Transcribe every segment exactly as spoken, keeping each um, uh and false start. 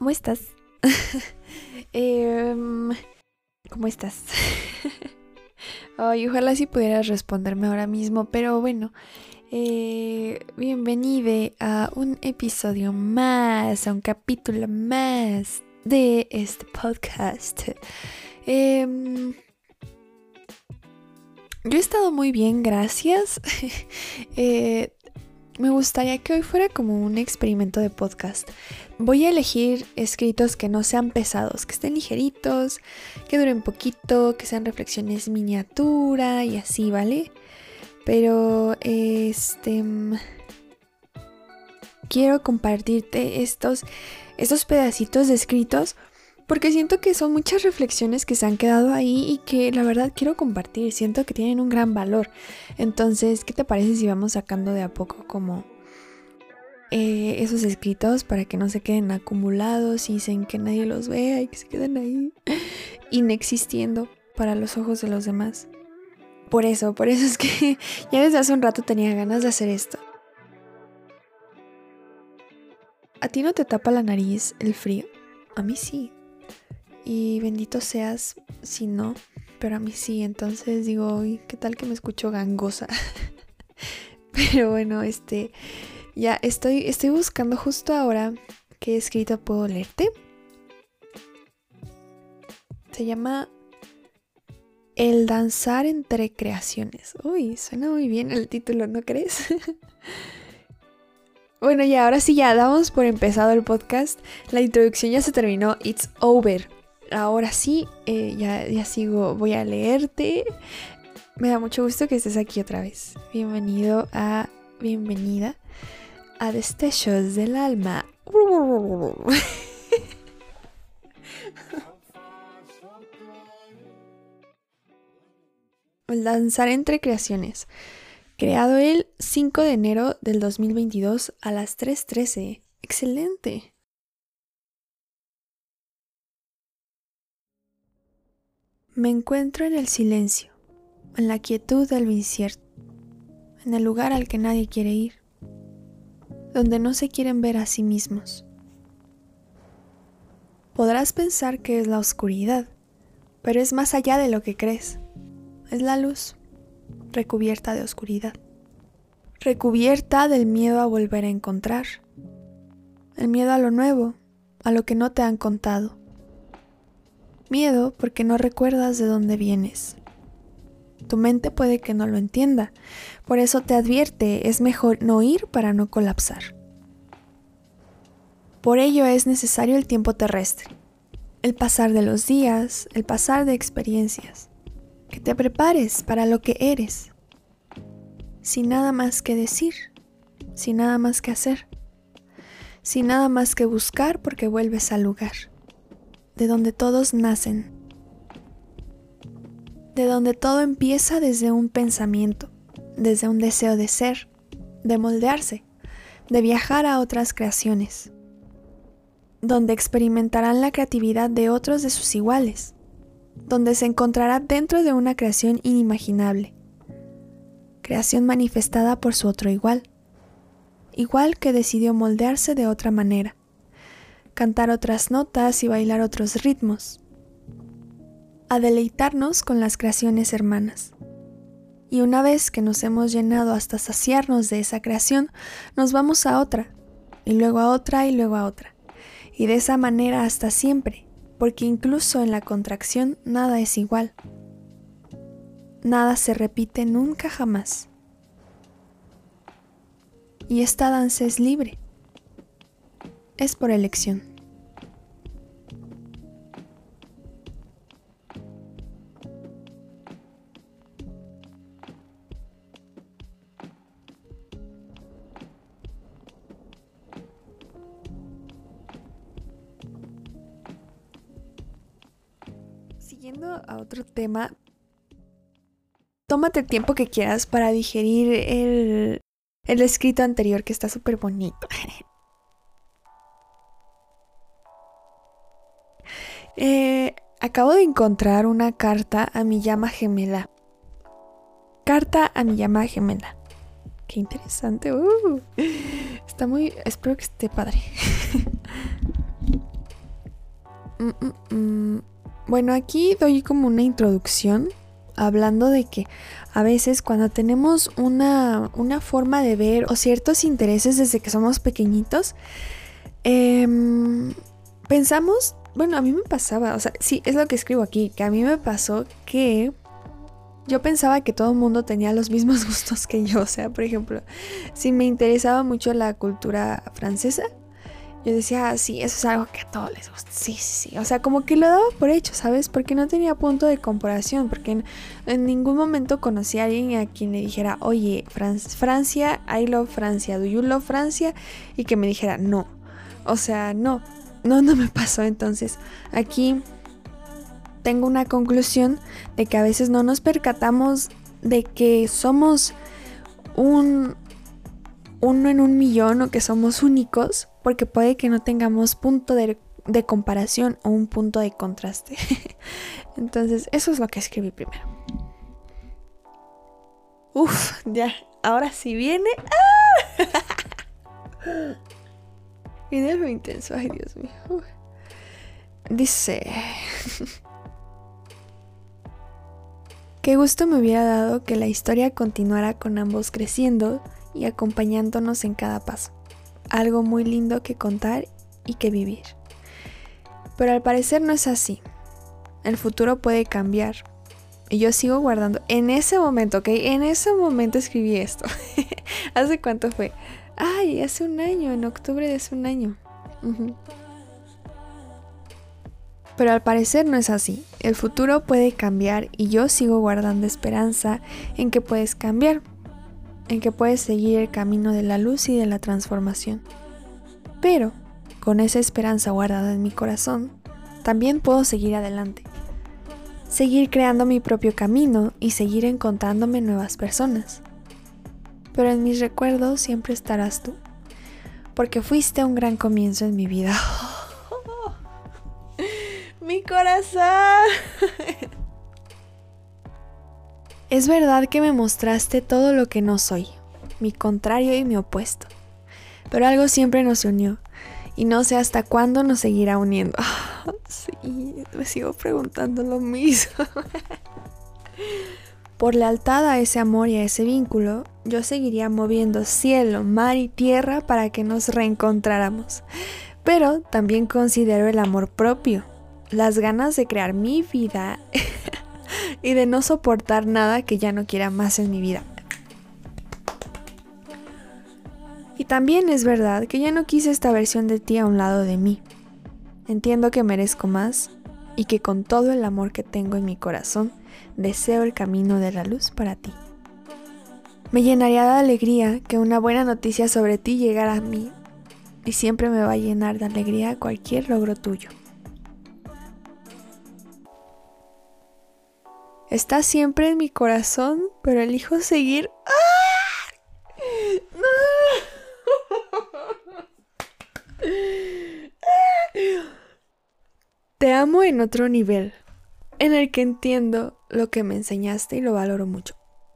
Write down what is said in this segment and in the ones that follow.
¿Cómo estás? eh, ¿Cómo estás? Ay, ojalá sí pudieras responderme ahora mismo, pero bueno, eh, bienvenida a un episodio más, a un capítulo más de este podcast. Eh, yo he estado muy bien, gracias. eh, Me gustaría que hoy fuera como un experimento de podcast. Voy a elegir escritos que no sean pesados, que estén ligeritos, que duren poquito, que sean reflexiones miniatura y así, ¿vale? Pero, este... quiero compartirte estos, estos pedacitos de escritos porque siento que son muchas reflexiones que se han quedado ahí y que la verdad quiero compartir. Siento que tienen un gran valor. Entonces, ¿qué te parece si vamos sacando de a poco como eh, esos escritos para que no se queden acumulados y sin que nadie los vea y que se queden ahí inexistiendo para los ojos de los demás? Por eso, por eso es que ya desde hace un rato tenía ganas de hacer esto. ¿A ti no te tapa la nariz el frío? A mí sí. Y bendito seas si no, pero a mí sí. Entonces digo, uy, ¿qué tal que me escucho gangosa? Pero bueno, este, ya estoy, estoy buscando justo ahora qué escrito puedo leerte. Se llama El danzar entre creaciones. Uy, suena muy bien el título, ¿no crees? Bueno, ya, ahora sí ya damos por empezado el podcast. La introducción ya se terminó. It's over. Ahora sí, eh, ya, ya sigo, voy a leerte. Me da mucho gusto que estés aquí otra vez. Bienvenido a, bienvenida a Destellos del Alma. El danzar entre creaciones. Creado el cinco de enero del dos mil veintidós a las tres trece. ¡Excelente! Me encuentro en el silencio, en la quietud de lo incierto, en el lugar al que nadie quiere ir, donde no se quieren ver a sí mismos. Podrás pensar que es la oscuridad, pero es más allá de lo que crees. Es la luz, recubierta de oscuridad, recubierta del miedo a volver a encontrar, el miedo a lo nuevo, a lo que no te han contado. Miedo porque no recuerdas de dónde vienes. Tu mente puede que no lo entienda, por eso te advierte, es mejor no ir para no colapsar. Por ello es necesario el tiempo terrestre, el pasar de los días, el pasar de experiencias, que te prepares para lo que eres, sin nada más que decir, sin nada más que hacer, sin nada más que buscar porque vuelves al lugar de donde todos nacen, de donde todo empieza desde un pensamiento, desde un deseo de ser, de moldearse, de viajar a otras creaciones, donde experimentarán la creatividad de otros de sus iguales, donde se encontrará dentro de una creación inimaginable, creación manifestada por su otro igual, igual que decidió moldearse de otra manera, cantar otras notas y bailar otros ritmos, a deleitarnos con las creaciones hermanas. Y una vez que nos hemos llenado hasta saciarnos de esa creación, nos vamos a otra, y luego a otra y luego a otra, y de esa manera hasta siempre, porque incluso en la contracción nada es igual. Nada se repite nunca jamás. Y esta danza es libre. Es por elección. Siguiendo a otro tema, tómate el tiempo que quieras para digerir el, el escrito anterior, que está súper bonito. eh, acabo de encontrar una carta a mi llama gemela. Carta a mi llama gemela. Qué interesante. Uh, está muy... Espero que esté padre. Mm, mm, mm. Bueno, aquí doy como una introducción hablando de que a veces cuando tenemos una, una forma de ver o ciertos intereses desde que somos pequeñitos, eh, pensamos, bueno, a mí me pasaba, o sea, sí, es lo que escribo aquí, que a mí me pasó que yo pensaba que todo el mundo tenía los mismos gustos que yo. O sea, por ejemplo, si me interesaba mucho la cultura francesa, yo decía, ah, sí, eso es algo que a todos les gusta. Sí, sí, sí. O sea, como que lo daba por hecho, ¿sabes? Porque no tenía punto de comparación. Porque en, en ningún momento conocí a alguien a quien le dijera, oye, Fran- Francia, I love Francia, do you love Francia? Y que me dijera, no. O sea, no. No, no me pasó. Entonces, aquí tengo una conclusión de que a veces no nos percatamos de que somos un uno en un millón o que somos únicos, porque puede que no tengamos punto de, de comparación o un punto de contraste. Entonces, eso es lo que escribí primero. Uf, ya, ahora sí viene. ¡Ah! Viene lo intenso, ay Dios mío. Uf. Dice... Qué gusto me hubiera dado que la historia continuara con ambos creciendo y acompañándonos en cada paso. Algo muy lindo que contar y que vivir. Pero al parecer no es así. El futuro puede cambiar. Y yo sigo guardando. En ese momento, ¿ok? En ese momento escribí esto. ¿Hace cuánto fue? Ay, hace un año, en octubre de hace un año. Uh-huh. Pero al parecer no es así. El futuro puede cambiar y yo sigo guardando esperanza en que puedes cambiar, en que puedes seguir el camino de la luz y de la transformación. Pero, con esa esperanza guardada en mi corazón, también puedo seguir adelante. Seguir creando mi propio camino y seguir encontrándome nuevas personas. Pero en mis recuerdos siempre estarás tú, porque fuiste un gran comienzo en mi vida. ¡Mi corazón! Es verdad que me mostraste todo lo que no soy, mi contrario y mi opuesto. Pero algo siempre nos unió, y no sé hasta cuándo nos seguirá uniendo. Oh, sí, me sigo preguntando lo mismo. Por lealtad a ese amor y a ese vínculo, yo seguiría moviendo cielo, mar y tierra para que nos reencontráramos. Pero también considero el amor propio, las ganas de crear mi vida y de no soportar nada que ya no quiera más en mi vida. Y también es verdad que ya no quise esta versión de ti a un lado de mí. Entiendo que merezco más y que con todo el amor que tengo en mi corazón, deseo el camino de la luz para ti. Me llenaría de alegría que una buena noticia sobre ti llegara a mí y siempre me va a llenar de alegría cualquier logro tuyo. Estás siempre en mi corazón, pero elijo seguir. ¡Ah! ¡No! Te amo en otro nivel, en el que entiendo lo que me enseñaste y lo valoro mucho.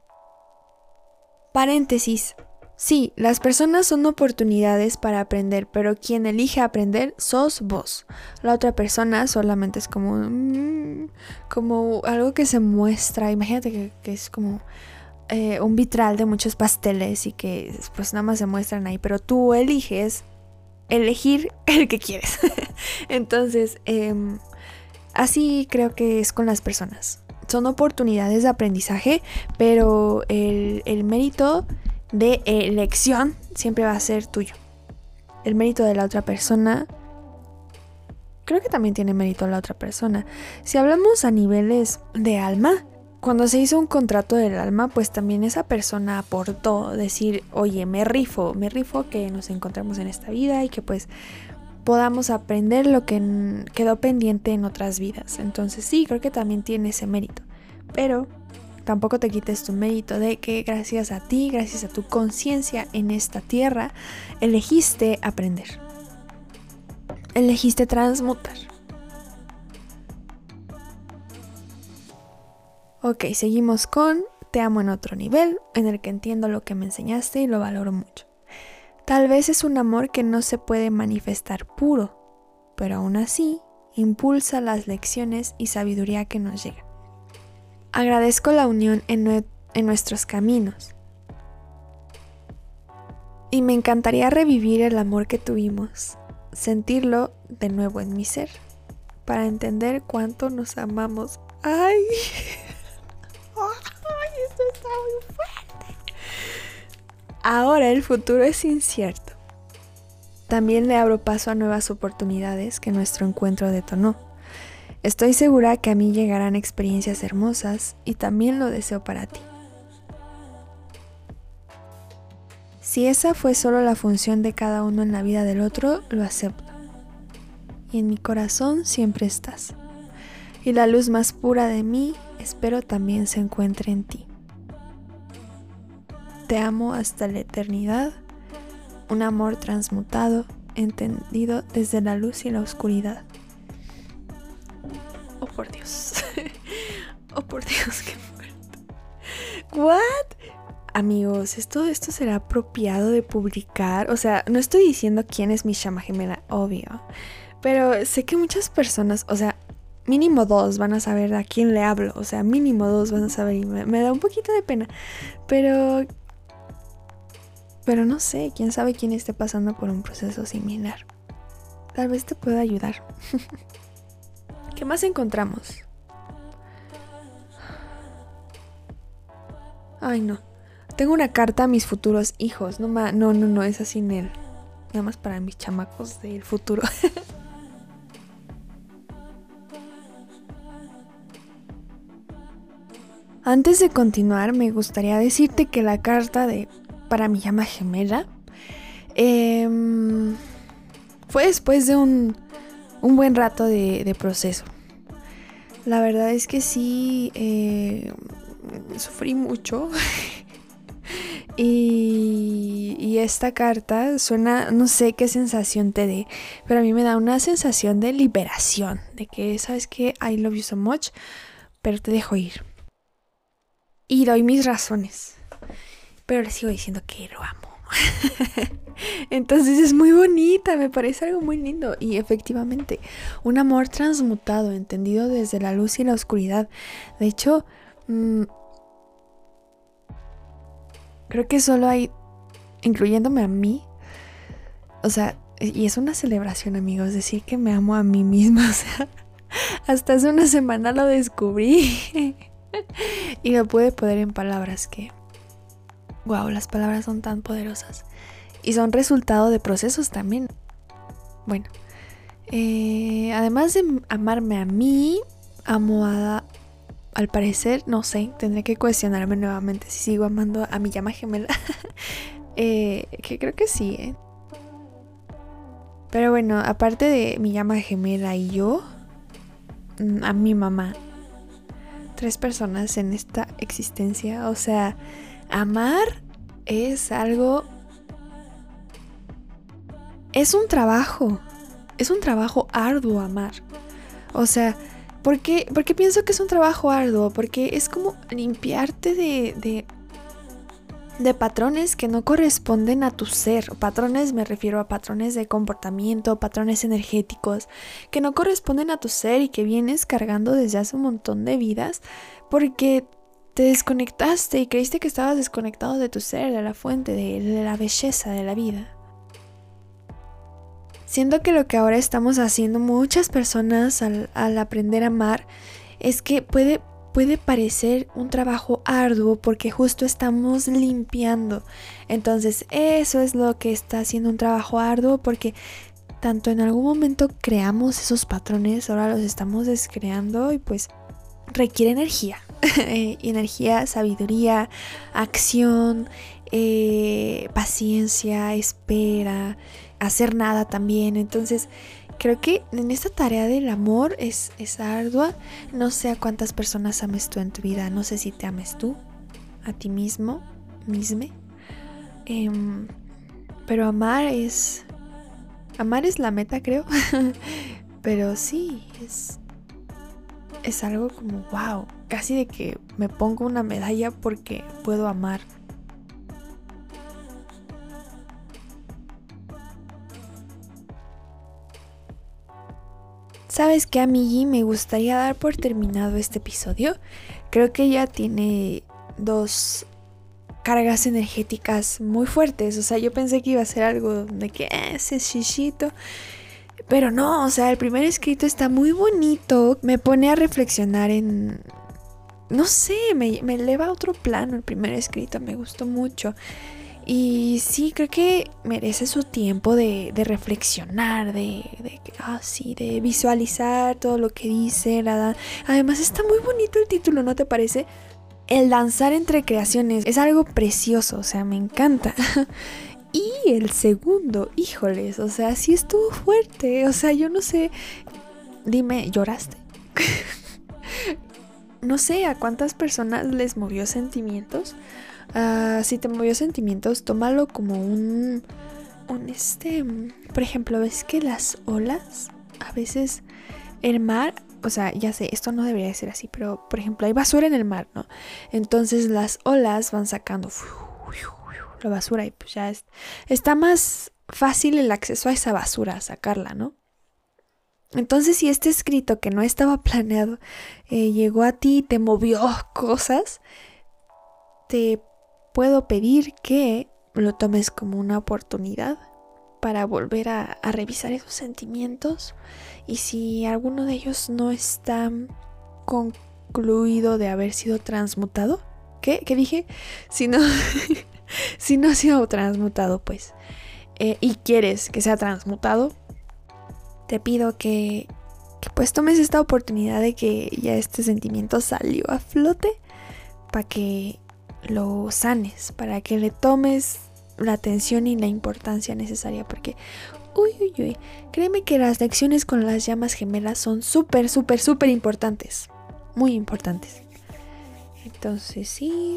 Paréntesis. Sí, las personas son oportunidades para aprender, pero quien elige aprender sos vos. La otra persona solamente es como, mmm, como algo que se muestra. Imagínate que, que es como eh, un vitral de muchos pasteles y que pues nada más se muestran ahí, pero tú eliges elegir el que quieres. Entonces, eh, así creo que es con las personas. Son oportunidades de aprendizaje, pero el, el mérito de elección siempre va a ser tuyo. El mérito de la otra persona, creo que también tiene mérito la otra persona. Si hablamos a niveles de alma, cuando se hizo un contrato del alma, pues también esa persona aportó, decir, oye, me rifo, me rifo que nos encontremos en esta vida y que pues podamos aprender lo que quedó pendiente en otras vidas. Entonces sí, creo que también tiene ese mérito, pero tampoco te quites tu mérito de que gracias a ti, gracias a tu conciencia en esta tierra, elegiste aprender. Elegiste transmutar. Ok, seguimos con te amo en otro nivel, en el que entiendo lo que me enseñaste y lo valoro mucho. Tal vez es un amor que no se puede manifestar puro, pero aún así impulsa las lecciones y sabiduría que nos llegan. Agradezco la unión en, nue- en nuestros caminos. Y me encantaría revivir el amor que tuvimos, sentirlo de nuevo en mi ser, para entender cuánto nos amamos. ¡Ay! ¡Ay, esto está muy fuerte! Ahora el futuro es incierto. También le abro paso a nuevas oportunidades que nuestro encuentro detonó. Estoy segura que a mí llegarán experiencias hermosas y también lo deseo para ti. Si esa fue solo la función de cada uno en la vida del otro, lo acepto. Y en mi corazón siempre estás. Y la luz más pura de mí, espero también se encuentre en ti. Te amo hasta la eternidad, un amor transmutado, entendido desde la luz y la oscuridad. Oh, por Dios. Oh, por Dios, qué fuerte. ¿What? Amigos, ¿esto, esto será apropiado de publicar? O sea, no estoy diciendo quién es mi llama gemela, obvio. Pero sé que muchas personas, o sea, mínimo dos van a saber a quién le hablo. O sea, mínimo dos van a saber y me, me da un poquito de pena. Pero... Pero no sé, quién sabe quién esté pasando por un proceso similar. Tal vez te pueda ayudar. ¿Qué más encontramos? Ay, no. Tengo una carta a mis futuros hijos. No, ma- no, no, no, es así en él. Nada más para mis chamacos del futuro. Antes de continuar, me gustaría decirte que la carta de para mi llama gemela eh, fue después de un, un buen rato de, de proceso. La verdad es que sí, eh, sufrí mucho. Y, y esta carta suena, no sé qué sensación te dé, pero a mí me da una sensación de liberación, de que, ¿sabes qué? I love you so much, pero te dejo ir. Y doy mis razones, pero le sigo diciendo que lo amo. Entonces es muy bonita, me parece algo muy lindo. Y efectivamente, un amor transmutado, entendido desde la luz y la oscuridad. De hecho, mmm, creo que solo hay, incluyéndome a mí, o sea, y es una celebración, amigos, decir que me amo a mí misma, o sea, hasta hace una semana lo descubrí y lo pude poner en palabras que, wow, las palabras son tan poderosas y son resultado de procesos también. Bueno, eh, además de amarme a mí, amo a... Al parecer, no sé, tendré que cuestionarme nuevamente si sigo amando a mi llama gemela. eh, que creo que sí, ¿eh? Pero bueno, aparte de mi llama gemela y yo, a mi mamá. Tres personas en esta existencia. O sea, amar es algo... Es un trabajo. Es un trabajo arduo amar. O sea... ¿Por qué? Porque pienso que es un trabajo arduo, porque es como limpiarte de, de, de patrones que no corresponden a tu ser. Patrones, me refiero a patrones de comportamiento, patrones energéticos, que no corresponden a tu ser y que vienes cargando desde hace un montón de vidas, porque te desconectaste y creíste que estabas desconectado de tu ser, de la fuente, de, de la belleza de la vida. Siento que lo que ahora estamos haciendo muchas personas al, al aprender a amar es que puede, puede parecer un trabajo arduo porque justo estamos limpiando. Entonces eso es lo que está haciendo un trabajo arduo, porque tanto en algún momento creamos esos patrones, ahora los estamos descreando y pues requiere energía. Energía, sabiduría, acción, eh, paciencia, espera, hacer nada también. Entonces creo que en esta tarea del amor es, es ardua. No sé a cuántas personas ames tú en tu vida, no sé si te ames tú, a ti mismo, misme, eh, pero amar es amar es la meta, creo. Pero sí, es es algo como wow, casi de que me pongo una medalla porque puedo amar. ¿Sabes qué, amigui? Me gustaría dar por terminado este episodio. Creo que ya tiene dos cargas energéticas muy fuertes. O sea, yo pensé que iba a ser algo de que eh, ese shishito. Pero no, o sea, el primer escrito está muy bonito. Me pone a reflexionar en... No sé, me, me eleva a otro plano el primer escrito. Me gustó mucho. Y sí, creo que merece su tiempo de, de reflexionar, de, de, ah, sí, de visualizar todo lo que dice. La, además está muy bonito el título, ¿no te parece? El danzar entre creaciones es algo precioso, o sea, me encanta. Y el segundo, híjoles, o sea, sí estuvo fuerte. O sea, yo no sé, dime, ¿lloraste? No sé a cuántas personas les movió sentimientos. Uh, si te movió sentimientos, tómalo como un, un este, por ejemplo, ves que las olas, a veces el mar, o sea, ya sé, esto no debería de ser así, pero por ejemplo hay basura en el mar, ¿no? Entonces las olas van sacando la basura y pues ya es, está más fácil el acceso a esa basura, a sacarla, ¿no? Entonces si este escrito que no estaba planeado eh, llegó a ti y te movió cosas, te puedo pedir que lo tomes como una oportunidad para volver a, a revisar esos sentimientos, y si alguno de ellos no está concluido de haber sido transmutado, ¿qué? ¿Qué dije? Si no, si no ha sido transmutado, pues, eh, y quieres que sea transmutado, te pido que, que pues tomes esta oportunidad de que ya este sentimiento salió a flote, para que lo sanes, para que le tomes la atención y la importancia necesaria, porque uy, uy, uy, créeme que las lecciones con las llamas gemelas son súper, súper, súper importantes, muy importantes. Entonces sí,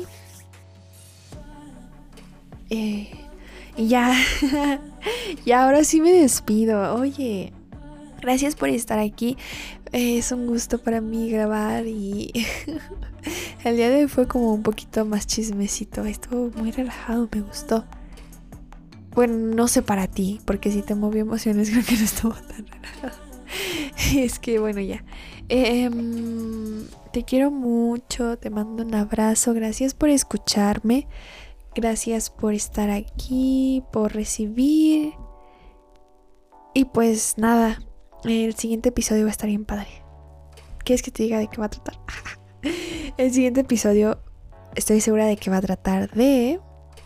eh, y ya, y ahora sí me despido. Oye, gracias por estar aquí. Eh, es un gusto para mí grabar y el día de hoy fue como un poquito más chismecito. Estuvo muy relajado, me gustó. Bueno, no sé para ti, porque si te movió emociones creo que no estuvo tan relajado. Es que bueno, ya. Eh, te quiero mucho, te mando un abrazo. Gracias por escucharme. Gracias por estar aquí, por recibir. Y pues nada, el siguiente episodio va a estar bien padre. ¿Quieres que te diga de qué va a tratar? El siguiente episodio estoy segura de que va a tratar de...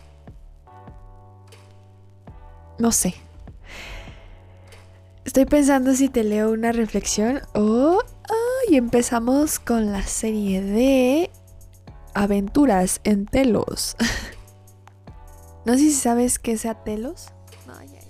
No sé. Estoy pensando si te leo una reflexión o... Oh, y empezamos con la serie de... Aventuras en Telos. No sé si sabes qué sea Telos. No, ya.